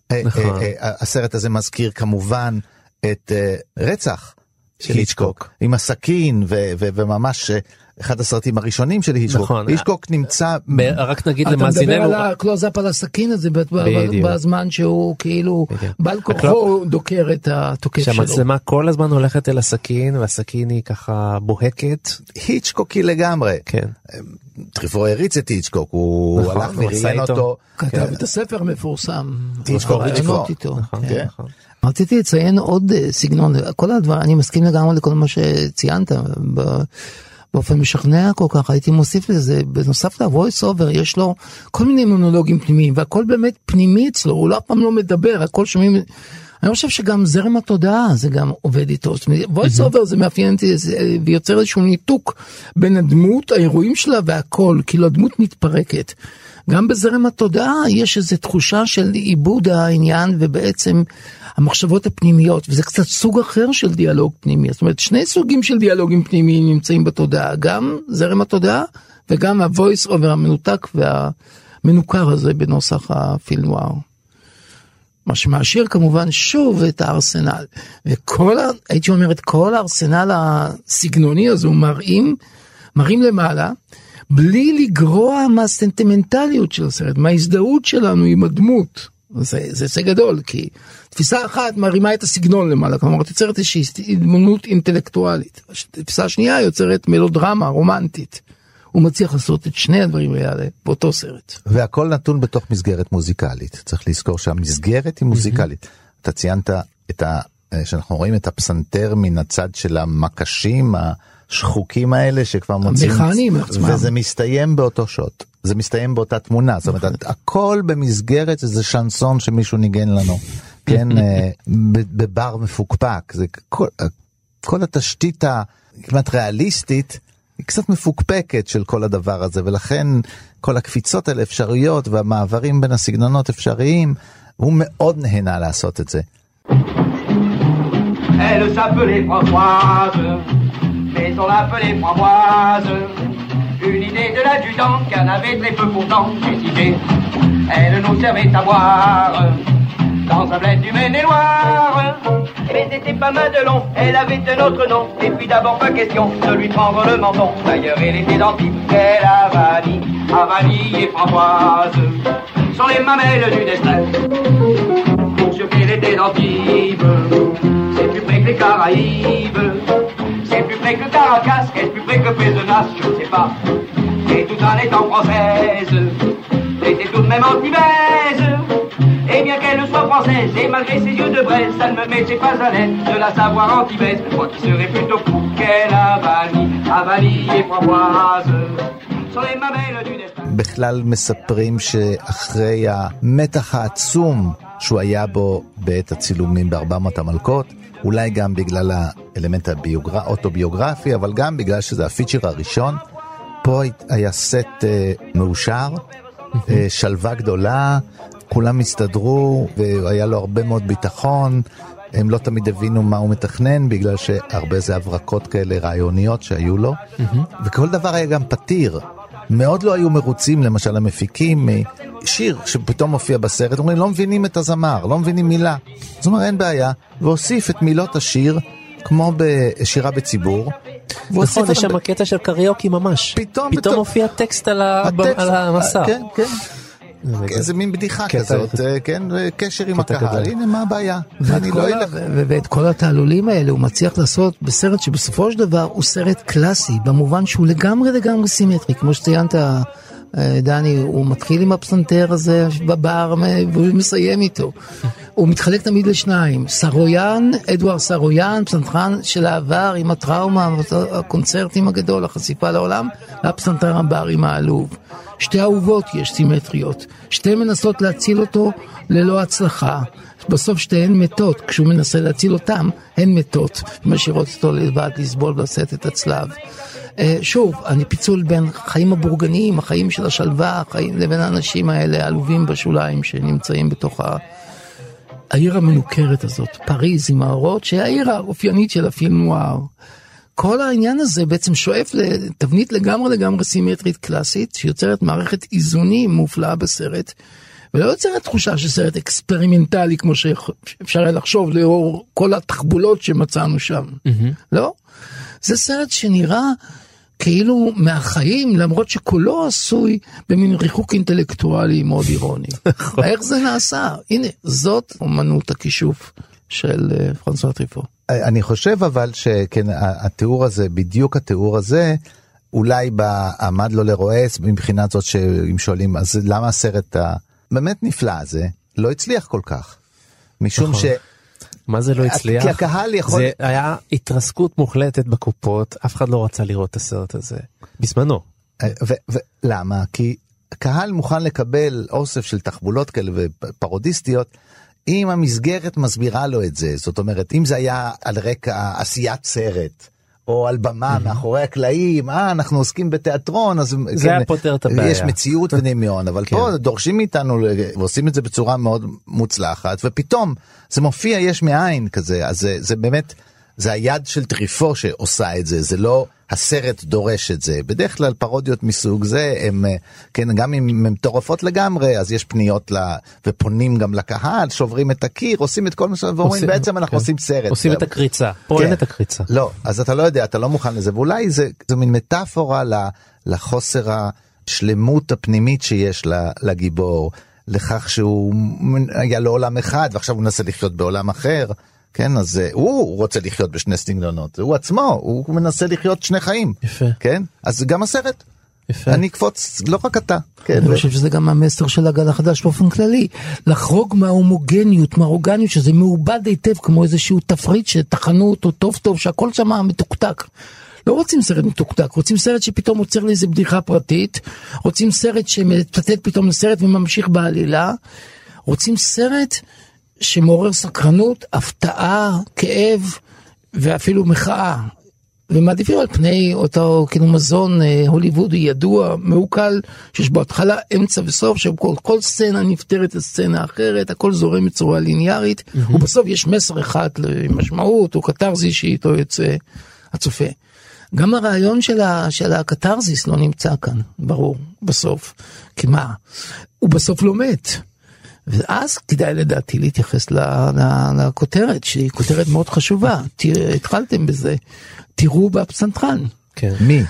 הסרט הזה מזכיר כמובן את רצח היצ'קוק, עם הסכין, וממש אחד הסרטים הראשונים של היצ'קוק. היצ'קוק נמצא... רק נגיד למאזיננו... אתה מדבר על הקלוזאפ על הסכין הזה, בזמן שהוא כאילו בעל כוחו דוקר את התוקף שלו. שהמצלמה כל הזמן הולכת אל הסכין, והסכין היא ככה בוהקת. היצ'קוקי לגמרי. כן. טריפור הריץ את היצ'קוק, הוא הלך וראיין אותו. כתב את הספר המפורסם. היצ'קוק. רציתי לציין עוד סגנון, כל הדבר, אני מסכים לגמרי לכל מה שציינת, באופן משכנע כל כך, הייתי מוסיף לזה, בנוסף ל-voice over, יש לו כל מיני מונולוגים פנימיים, והכל באמת פנימי אצלו, הוא לא פעם לא מדבר, הכל שומעים, אני חושב שגם זרם התודעה, זה גם עובד איתו, voice over זה מאפיין אותי, ויוצר איזשהו ניתוק בין הדמות, האירועים שלה והכל, כאילו הדמות מתפרקת. גם בזרם התודעה יש איזו תחושה של עיבוד העניין ובעצם המחשבות הפנימיות, וזה קצת סוג אחר של דיאלוג פנימי, זאת אומרת שני סוגים של דיאלוגים פנימיים נמצאים בתודעה, גם זרם התודעה וגם ה-voice over המנותק והמנוכר הזה בנוסח הפילנואר. מה שמעשיר כמובן שוב את הארסנל, וכל, הייתי אומרת, כל הארסנל הסגנוני הזה הוא מראים למעלה, בלי לגרוע מהסנטימנטליות של הסרט, מההזדהות שלנו עם הדמות. זה גדול, כי תפיסה אחת מרימה את הסגנון למעלה, כלומר, יוצרת איזושהי דמות אינטלקטואלית. תפיסה שנייה יוצרת מלודרמה רומנטית. הוא מצליח לעשות את שני הדברים האלה באותו סרט. והכל נתון בתוך מסגרת מוזיקלית. צריך לזכור שהמסגרת היא מוזיקלית. אתה ציינת שאנחנו רואים את הפסנתר מן הצד של המקשים, השחוקים האלה שכבר מוצאים, וזה מסתיים באותו שוט, זה מסתיים באותה תמונה, זאת אומרת, הכל במסגרת איזה שנסון שמישהו ניגן לנו, כן, בבר מפוקפק, זה כל התשתית הכמעט ריאליסטית, היא קצת מפוקפקת של כל הדבר הזה, ולכן כל הקפיצות האלה אפשריות, והמעברים בין הסגנונות אפשריים, הוא מאוד נהנה לעשות את זה. Elle s'appelait Françoise, mais on l'appelait Framboise. Une idée de l'adjudant qu'elle avait très peu pourtant décidé. Elle nous servait à boire dans un bled du Maine-et-Loire. Mais c'était pas Madelon, elle avait un autre nom. Et puis d'abord pas question de lui prendre le menton. D'ailleurs elle était dentiste, qu'elle a vanille. Vanille et Framboise sont les mamelles du destin. Pour sûr qu'elle était dentiste. C'est plus près que les Caraïbes, c'est plus près que Caracas, qu'est-ce plus près que Pézenas, je ne sais pas. Et tout en étant française, était tout de même antibaise. Et bien qu'elle soit française, et malgré ses yeux de braise, ça ne me mettait pas à l'aise de la savoir antibaise. Moi qui serais plutôt fou qu'elle a vanille et Framboise. Sur les mamelles du destin. בכלל מספרים שאחרי המתח העצום שהוא היה בו בעת הצילומים ב400 המלכות, אולי גם בגלל האלמנט האוטוביוגרפי, אבל גם בגלל שזה הפיצ'ר הראשון, פה היה סט מאושר, שלווה גדולה, כולם הסתדרו, והיה לו הרבה מאוד ביטחון, הם לא תמיד הבינו מה הוא מתכנן, בגלל שהרבה זה הברקות כאלה רעיוניות שהיו לו, וכל דבר היה גם פתיר, מאוד לא היו מרוצים, למשל המפיקים, שיר שפתאום מופיע בסרט, אומרים, לא מבינים את הזמר, לא מבינים מילה. זאת אומרת, אין בעיה, והוסיף את מילות השיר, כמו בשירה בציבור. נכון, יש שם קטע של קריוקי ממש. פתאום מופיע טקסט על המסע. כן, כן. זה מין בדיחה כזאת, כן, קשר עם הקהל, הנה מה הבעיה, ואת כל התעלולים האלה הוא מצליח לעשות בסרט שבסופו של דבר הוא סרט קלאסי, במובן שהוא לגמרי סימטרי, כמו שציינת דני, הוא מתחיל עם הפסנתר הזה בבר והוא מסיים איתו, הוא מתחלק תמיד לשניים, סרויאן, אדואר סרויאן, פסנתרן של העבר עם הטראומה, הקונצרטים הגדול, החשיפה לעולם, והפסנתר הבר עם העלוב. שתי אהובות יש סימטריות, שתי מנסות להציל אותו ללא הצלחה, בסוף שתיהן מתות, כשהוא מנסה להציל אותם, הן מתות, משאירות אותו לבד לסבול ולשאת את הצלב. שוב, אני פיצול בין חיים הבורגניים, החיים של השלווה, החיים לבין האנשים האלה, העלובים בשוליים שנמצאים בתוך העיר המנוכרת הזאת, פריז עם האורות, שהעיר האופיינית של הפילם נואר. כל העניין הזה בעצם שואף לתבנית לגמרי סימטרית קלאסית, שיוצרת מערכת איזונים מופלאה בסרט, ולא יוצרת תחושה של סרט אקספרימנטלי, כמו שאפשר היה לחשוב לאור כל התחבולות שמצאנו שם. לא? זה סרט שנראה כאילו מהחיים, למרות שכולו עשוי במין ריחוק אינטלקטואלי מאוד אירוני. איך זה נעשה? הנה, זאת אומנות הכישוף של פרנסואה טריפו. אני חושב אבל שכן, התיאור הזה, בדיוק התיאור הזה, אולי עמד לו לרועס, מבחינת זאת שאם שואלים, אז למה הסרט באמת נפלא הזה לא הצליח כל כך? משום ש... מה זה לא הצליח? כי הקהל יכול... זה היה התרסקות מוחלטת בקופות, אף אחד לא רצה לראות את הסרט הזה, בזמנו. למה? כי הקהל מוכן לקבל אוסף של תחבולות כאלה ופרודיסטיות, אם המסגרת מסבירה לו את זה, זאת אומרת, אם זה היה על רקע עשיית סרט, או על במה מאחורי הקלעים, אנחנו עוסקים בתיאטרון, אז זה היה פותר את הבעיה. יש מציאות ודמיון, אבל פה דורשים מאיתנו, ועושים את זה בצורה מאוד מוצלחת, ופתאום זה מופיע יש מאין כזה, אז זה באמת, זה היד של טריפו שעושה את זה, זה לא הסרט דורש את זה. בדרך כלל פרודיות מסוג זה, הם, כן, גם אם הן מטורפות לגמרי, אז יש פניות ופונים גם לקהל, שוברים את הקיר, עושים את כל מה שאומרים, בעצם אנחנו עושים סרט. עושים את הקריצה, פה אין את הקריצה. לא, אז אתה לא יודע, אתה לא מוכן לזה, ואולי זה מין מטאפורה לחוסר השלמות הפנימית שיש לגיבור, לכך שהוא היה לו עולם אחד, ועכשיו הוא נסה לחיות בעולם אחר, כן, אז הוא רוצה לחיות בשני סגנונות, הוא עצמו, הוא מנסה לחיות שני חיים. יפה. כן? אז גם הסרט. יפה. אני אקפוץ, לא רק אתה. כן, אני חושב שזה גם המסר של הגל החדש באופן כללי. לחרוג מההומוגניות, מהאורגניות, שזה מעובד היטב כמו איזשהו תפריט שתחנו אותו טוב טוב, שהכל שם מתוקתק. לא רוצים סרט מתוקתק, רוצים סרט שפתאום עוצר לי איזה בדיחה פרטית, רוצים סרט שמתפתת פתאום לסרט וממשיך בעלילה, רוצים סרט שמעורר סקרנות, הפתעה, כאב ואפילו מחאה, ומעדיפים על פני אותו כאילו מזון הוליוודי ידוע, מעוקל, שיש בו התחלה, אמצע וסוף, שכל סצנה נפטרת לסצנה אחרת, הכל זורם בצורה ליניארית, ובסוף יש מסר אחד למשמעות, או קטרזי שאיתו יוצא הצופה. גם הרעיון של הקטרזיס לא נמצא כאן, ברור, בסוף. כי מה? הוא בסוף לא מת. ואז כדאי לדעתי להתייחס לכותרת, שהיא כותרת מאוד חשובה. התחלתם בזה. תראו בפסנתרן. כן.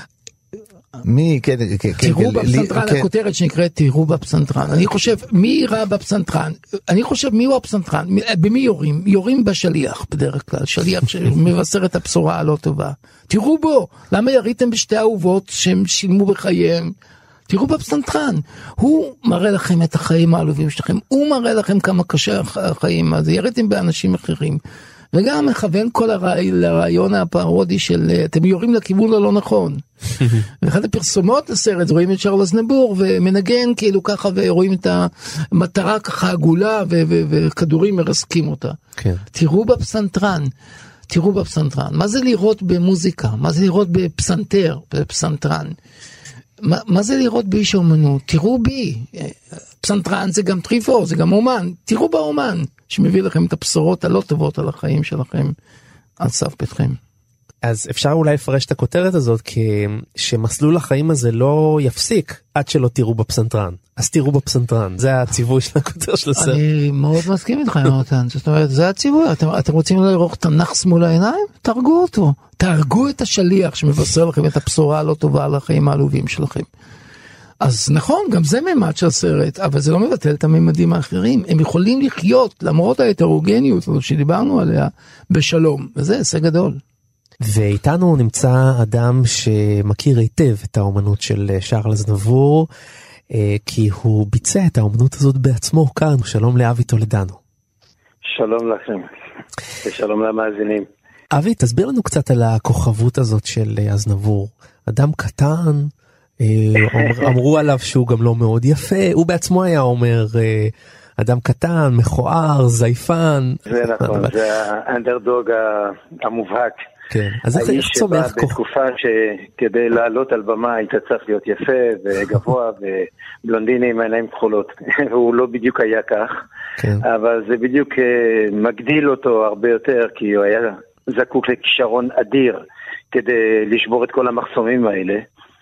מי? כן. תראו בפסנתרן, הכותרת שנקראת תראו בפסנתרן. אני חושב, מי ראה בפסנתרן? אני חושב, מי הוא הפסנתרן? במי יורים? יורים בשליח בדרך כלל. שליח שמבשר את הבשורה הלא טובה. תראו בו. למה יריתם בשתי אהובות שהם שילמו בחייהם? תראו בפסנתרן, הוא מראה לכם את החיים העלובים שלכם, הוא מראה לכם כמה קשה החיים, אז יריתם באנשים אחרים, וגם מכוון כל הרעיון הפרודי של אתם יורים לכיוון הלא נכון. ואחת הפרסומות לסרט, רואים את שרל אזנבור ומנגן כאילו ככה, ורואים את המטרה ככה עגולה, וכדורים מרסקים אותה. תראו בפסנתרן. תראו בפסנתרן. מה זה לראות במוזיקה? מה זה לראות בפסנתר, בפסנתרן? מה זה לראות באיש האומנות? תראו בי. פסנתרן זה גם טריפו, זה גם אומן. תראו באומן, שמביא לכם את הבשורות הלא טובות על החיים שלכם, על סף ביתכם. אז אפשר אולי לפרש את הכותרת הזאת, שמסלול החיים הזה לא יפסיק, עד שלא תראו בפסנתרן. אז תראו בפסנתרן. זה הציווי של הכותרת של הסרט. אני מאוד מסכים איתך, יונתן. זאת אומרת, זה הציווי. אתם רוצים לראות את הנכס מול העיניים? תרגו אותו. תרגו את השליח שמבשר לכם את הבשורה הלא טובה על החיים העלובים שלכם. אז נכון, גם זה ממד של הסרט, אבל זה לא מבטל את הממדים האחרים. הם יכולים לחיות, למרות ההטרוגניות שדיברנו עליה, בשלום. וזה הישג גדול. ואיתנו נמצא אדם שמכיר היטב את האומנות של שרל אזנבור, כי הוא ביצע את האומנות הזאת בעצמו כאן. שלום לאבי טולדנו. שלום לכם, ושלום למאזינים. אבי, תסביר לנו קצת על הכוכבות הזאת של אזנבור. אדם קטן, אמרו עליו שהוא גם לא מאוד יפה, הוא בעצמו היה אומר, אדם קטן, מכוער, זייפן. זה נכון, זה האנדרדוג המובהק. כן, אז איך צומח כוח? בתקופה שכדי לעלות על במה היית צריך להיות יפה וגבוה ובלונדיני עם עיניים כחולות. והוא לא בדיוק היה כך, אבל זה בדיוק מגדיל אותו הרבה יותר, כי הוא היה זקוק לכישרון אדיר כדי לשבור את כל המחסומים האלה.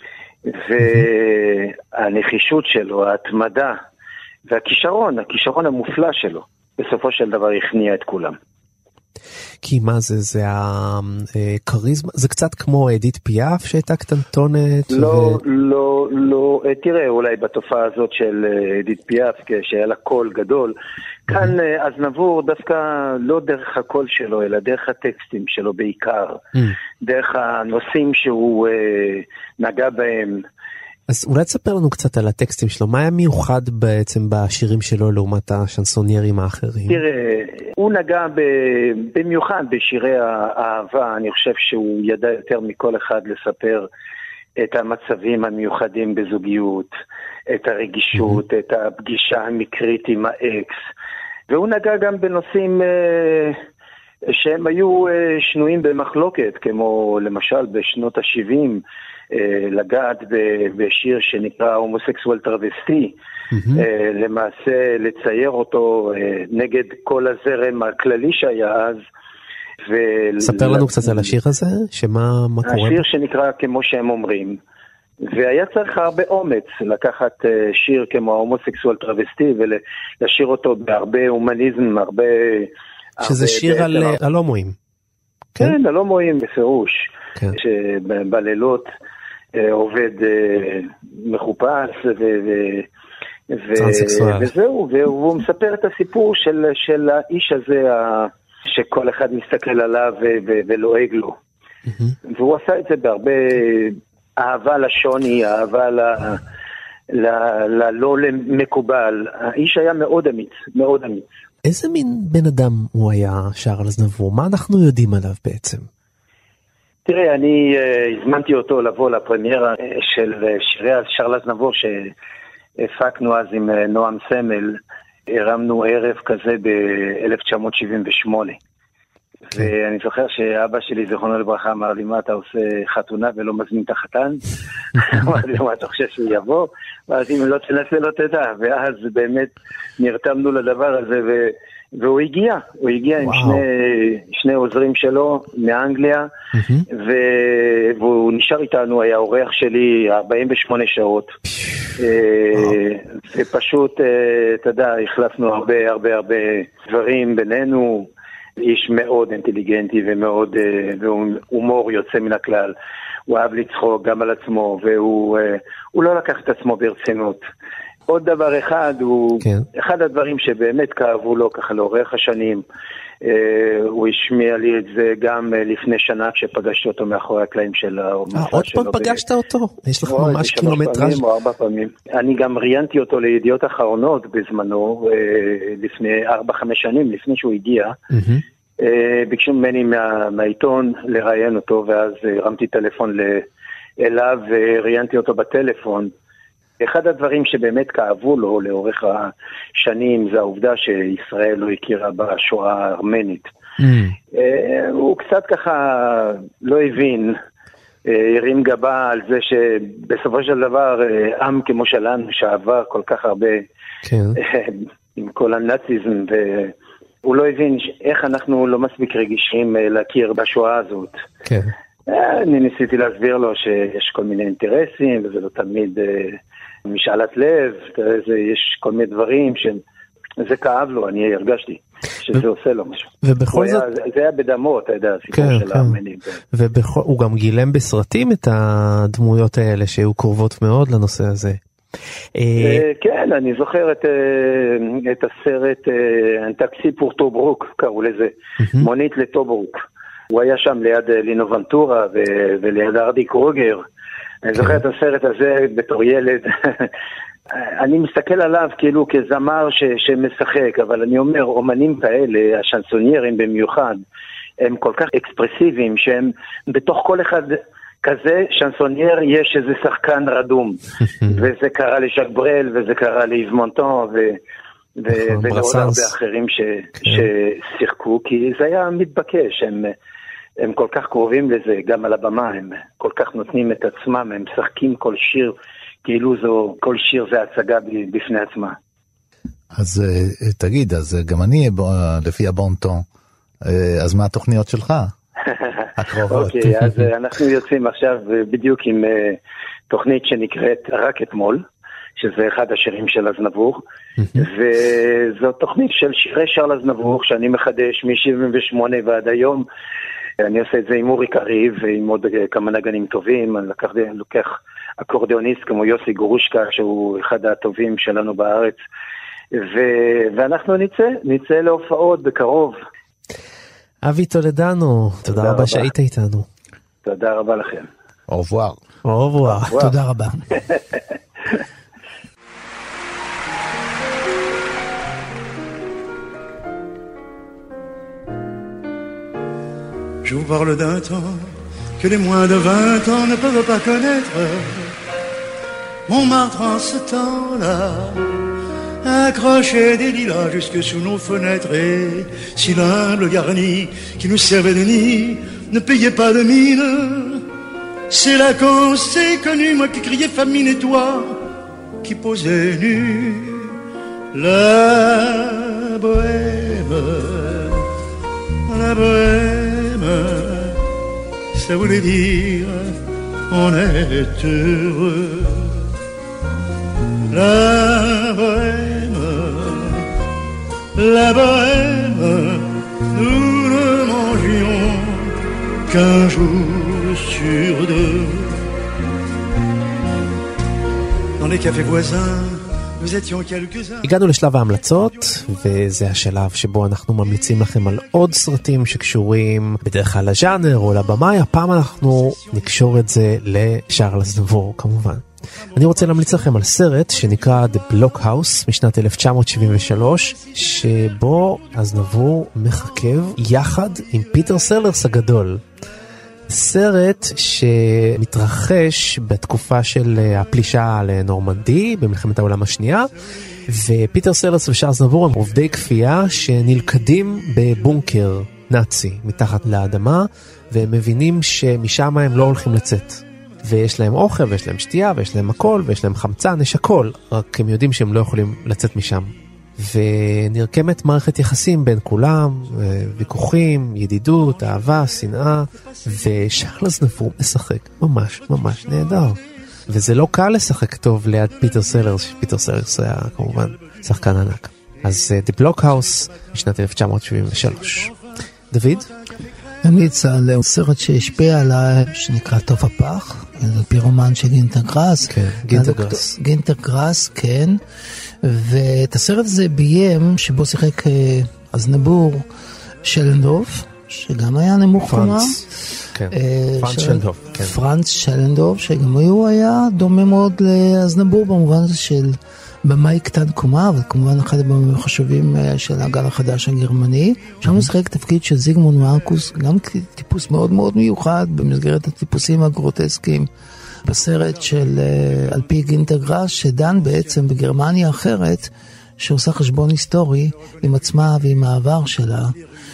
והנחישות שלו, ההתמדה והכישרון המופלא שלו, בסופו של דבר הכניע את כולם. כי מה זה הקריזמה, זה קצת כמו אדית פיאף שהייתה קטנטונת? לא, תראה, אולי בתופעה הזאת של אדית פיאף, שהיה לה קול גדול, כאן אזנבור דווקא לא דרך הקול שלו, אלא דרך הטקסטים שלו בעיקר, דרך הנושאים שהוא נגע בהם. אז אולי תספר לנו קצת על הטקסטים שלו, מה היה מיוחד בעצם בשירים שלו לעומת השנסוניירים האחרים? תראה, הוא נגע במיוחד בשירי האהבה, אני חושב שהוא ידע יותר מכל אחד לספר את המצבים המיוחדים בזוגיות, את הרגישות, את הפגישה המקרית עם האקס, והוא נגע גם בנושאים שהם היו שנויים במחלוקת, כמו למשל בשנות ה-70, לגעת בשיר שנקרא הומוסקסואל טרוויסטי, למעשה לצייר אותו נגד כל הזרם הכללי שהיה אז. ספר לנו קצת על השיר הזה, שמה קורה? השיר שנקרא כמו שהם אומרים, והיה צריך הרבה אומץ לקחת שיר כמו ההומוסקסואל טרוויסטי ולשיר אותו בהרבה הומניזם, הרבה... שזה שיר על הומואים. כן, על הומואים בפירוש, שבלילות עובד מחופש וזהו, והוא מספר את הסיפור של האיש הזה שכל אחד מסתכל עליו ולועג לו, והוא עשה את זה בהרבה אהבה לשוני, אהבה ללא מקובל. האיש היה מאוד אמיץ, מאוד אמיץ. איזה מין בן אדם הוא היה, שרל אזנבור? מה אנחנו יודעים עליו בעצם? תראה, אני הזמנתי אותו לבוא לפרמיירה של שירי שרל אזנבור שהפקנו אז עם נועם סמל. הרמנו ערב כזה ב-1978. ואני זוכר שאבא שלי, זכרונו לברכה, אמר לי, מה אתה עושה חתונה ולא מזמין את החתן? אמרתי לו, מה אתה חושב שהוא יבוא? ואז אם לא תנסה לא תדע. ואז באמת נרתמנו לדבר הזה, והוא הגיע. הוא הגיע עם שני עוזרים שלו מאנגליה, והוא נשאר איתנו, היה אורח שלי 48 שעות. ופשוט, אתה יודע, החלפנו הרבה דברים בינינו. איש מאוד אינטליגנטי ומאוד, והומור יוצא מן הכלל. הוא אהב לצחוק גם על עצמו, והוא לא לקח את עצמו ברצינות. עוד דבר אחד, אחד הדברים שבאמת כאבו לו ככה לאורך השנים, הוא השמיע לי את זה גם לפני שנה כשפגשתי אותו מאחורי הקלעים של עוד פעם פגשת אותו? יש לך ממש קילומטראז'. 4 פעמים. אני גם ראיינתי אותו לידיעות אחרונות בזמנו, לפני 4-5 שנים, לפני שהוא הגיע. ביקשו ממני מהעיתון לראיין אותו, ואז הרמתי טלפון אליו וראיינתי אותו בטלפון. אחד הדברים שבאמת כאבו לו לאורך השנים זה העובדה שישראל לא הכירה בשואה הארמנית. הוא קצת ככה לא הבין, הרים גבה על זה שבסופו של דבר עם כמו שלנו שעבר כל כך הרבה עם כל הנאציזם, והוא לא הבין איך אנחנו לא מספיק רגישים להכיר בשואה הזאת. אני ניסיתי להסביר לו שיש כל מיני אינטרסים וזה לא תמיד משאלת לב, יש כל מיני דברים שזה כאב לו, אני הרגשתי שזה עושה לו משהו. ובכל זאת... זה היה בדמו, אתה יודע, הסיפור של הארמנים. והוא גם גילם בסרטים את הדמויות האלה שהיו קרובות מאוד לנושא הזה. כן, אני זוכר את הסרט טקסי פור טוברוק, קראו לזה, מונית לטוברוק. הוא היה שם ליד לינו ונטורה וליד ארדי קרוגר. אני זוכר את הסרט הזה בתור ילד. אני מסתכל עליו כאילו כזמר שמשחק, אבל אני אומר, אומנים כאלה, השנסוניירים במיוחד, הם כל כך אקספרסיביים, שהם בתוך כל אחד כזה, שנסונייר יש איזה שחקן רדום. וזה קרה לז'ק ברל, וזה קרה ליב מונטון, ולעוד הרבה אחרים ששיחקו, כי זה היה מתבקש, הם הם כל כך קרובים לזה, גם על הבמה, הם כל כך נותנים את עצמם, הם משחקים כל שיר, כאילו כל שיר זה הצגה בפני עצמה. אז תגיד, אז גם אני, לפי הבונטון, אז מה התוכניות שלך? הקרובות. אוקיי, אז אנחנו יוצאים עכשיו בדיוק עם תוכנית שנקראת רק אתמול, שזה אחד השירים של אזנבור, וזו תוכנית של שירי שרל אזנבור, שאני מחדש מ-78 ועד היום. אני עושה את זה עם אורי קריב ועם עוד כמה נגנים טובים. אני לוקח אקורדיוניסט כמו יוסי גורושקה, שהוא אחד הטובים שלנו בארץ, ואנחנו נצא להופעות בקרוב. אבי טולדנו, תודה רבה שהיית איתנו. תודה רבה לכם. au revoir. au revoir. תודה רבה. Je vous parle d'un temps que les moins de 20 ans ne peuvent pas connaître. Montmartre en ce temps-là accrochait des lilas jusque sous nos fenêtres, et si l'humble garni qui nous servait de nid ne payait pas de mine, c'est là qu'on s'est connu, moi qui criais famine et toi qui posais nu. La bohème, la bohème, ça voulait dire on est heureux. La bohème, nous ne mangions qu'un jour sur deux. Dans les cafés voisins, nous étions quelques-uns. הגענו לשלב ההמלצות, וזה השלב שבו אנחנו ממליצים לכם על עוד סרטים שקשורים בדרך כלל לז'אנר או לבמאי. הפעם אנחנו נקשור את זה לשרל אזנבור כמובן. אני רוצה להמליץ לכם על סרט שנקרא The Blockhouse משנת 1973, שבו אזנבור מחכב יחד עם פיטר סלרס הגדול. סרט שמתרחש בתקופה של הפלישה לנורמנדי במלחמת העולם השנייה, ופיטר סלרס ושאר אזנבור הם עובדי כפייה שנלכדים בבונקר נאצי מתחת לאדמה, והם מבינים שמשם הם לא הולכים לצאת. ויש להם אוכל, ויש להם שתייה, ויש להם הכל, ויש להם חמצן, יש הכל, רק הם יודעים שהם לא יכולים לצאת משם. ונרקמת מערכת יחסים בין כולם, ויכוחים, ידידות, אהבה, שנאה, ושרל אזנבור משחק ממש ממש נהדר. וזה לא קל לשחק טוב ליד פיטר סלרס, פיטר סלרס היה כמובן שחקן ענק. אז The Blockhouse משנת 1973. דוד? המליץ על סרט שהשפיע עליי, שנקרא טוב הפח, על פי רומן של גינטר גראס. כן, גינטר גראס. גינטר גראס, כן. ואת הסרט הזה ביים, שבו שיחק אזנבור שלנדוב, שגם היה נמוך קומה. כן, פרנץ שלנדוב. פרנץ שלנדוב, שגם הוא היה דומה מאוד לאזנבור, במובן הזה של במאי קטן קומה, אבל כמובן אחד הבמים החשובים של הגל החדש הגרמני. שם הוא שיחק תפקיד של זיגמונד מרקוס, גם טיפוס מאוד מאוד מיוחד במסגרת הטיפוסים הגרוטסקיים בסרט של על פי גינטר גראס, שדן בעצם בגרמניה אחרת שעושה חשבון היסטורי עם עצמה ועם העבר שלה,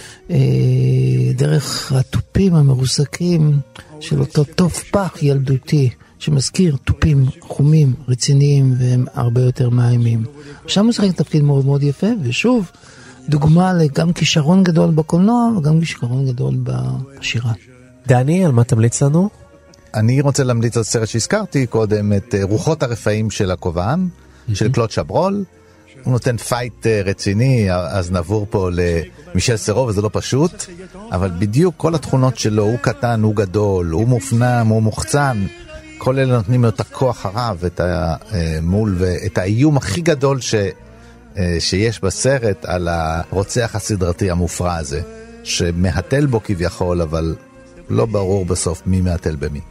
דרך הטופים המרוסקים של אותו טוב פח ילדותי שמזכיר טופים חומים רציניים והם הרבה יותר מאיימים. שם הוא שחק תפקיד מאוד מאוד יפה, ושוב דוגמה לגם כישרון גדול בקולנוע וגם כישרון גדול בשירה. דני, על מה תמליץ לנו? אני רוצה להמליץ על סרט שהזכרתי קודם, את רוחות הרפאים של הכובען, של קלוד שברול. הוא נותן פייט רציני, אזנבור פה למישל סרו, וזה לא פשוט, אבל בדיוק כל התכונות שלו, הוא קטן, הוא גדול, הוא מופנם, הוא מוחצן, כל אלה נותנים לו את הכוח הרב, את המול ואת האיום הכי גדול שיש בסרט על הרוצח הסדרתי המופרע הזה, שמהתל בו כביכול, אבל לא ברור בסוף מי מהתל במי.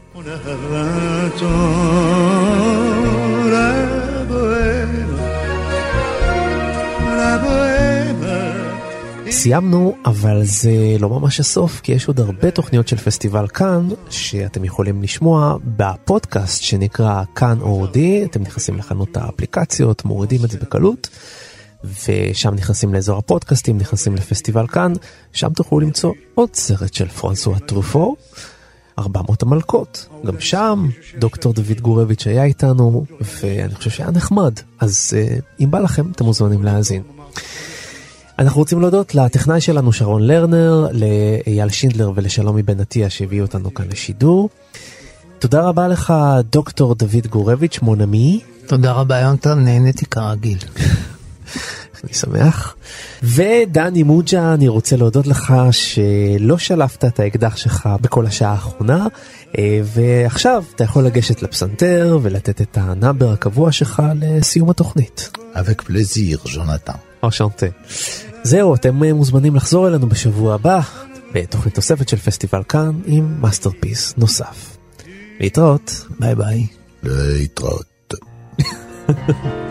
סיימנו, אבל זה לא ממש הסוף, כי יש עוד הרבה תוכניות של פסטיבל כאן שאתם יכולים לשמוע בפודקאסט שנקרא כאן אודי. אתם נכנסים לחנות האפליקציות, מורידים את זה בקלות, ושם נכנסים לאזור הפודקאסטים, נכנסים לפסטיבל כאן, שם תוכלו למצוא עוד סרט של פרנסואה טרופו, 400 המלכות. גם שם דוקטור דוד גורביץ' היה איתנו, ואני חושב שהיה נחמד. אז אם בא לכם, אתם מוזמנים להאזין. אנחנו רוצים להודות לטכנאי שלנו שרון לרנר, לאייל שינדלר ולשלומי בן עטיה שהביאו אותנו כאן לשידור. תודה רבה לך דוקטור דוד גורביץ' מונמי. תודה רבה יונתן, נהניתי כרגיל. אני שמח. ודני מוג'ה, אני רוצה להודות לך שלא שלפת את האקדח שלך בכל השעה האחרונה, ועכשיו אתה יכול לגשת לפסנתר ולתת את הנאמבר הקבוע שלך לסיום התוכנית. avec plaisir, ז'ונתן. אנשנטה. זהו, אתם מוזמנים לחזור אלינו בשבוע הבא בתוכנית נוספת של פסטיבל כאן עם מאסטרפיס נוסף. להתראות. ביי ביי. להתראות.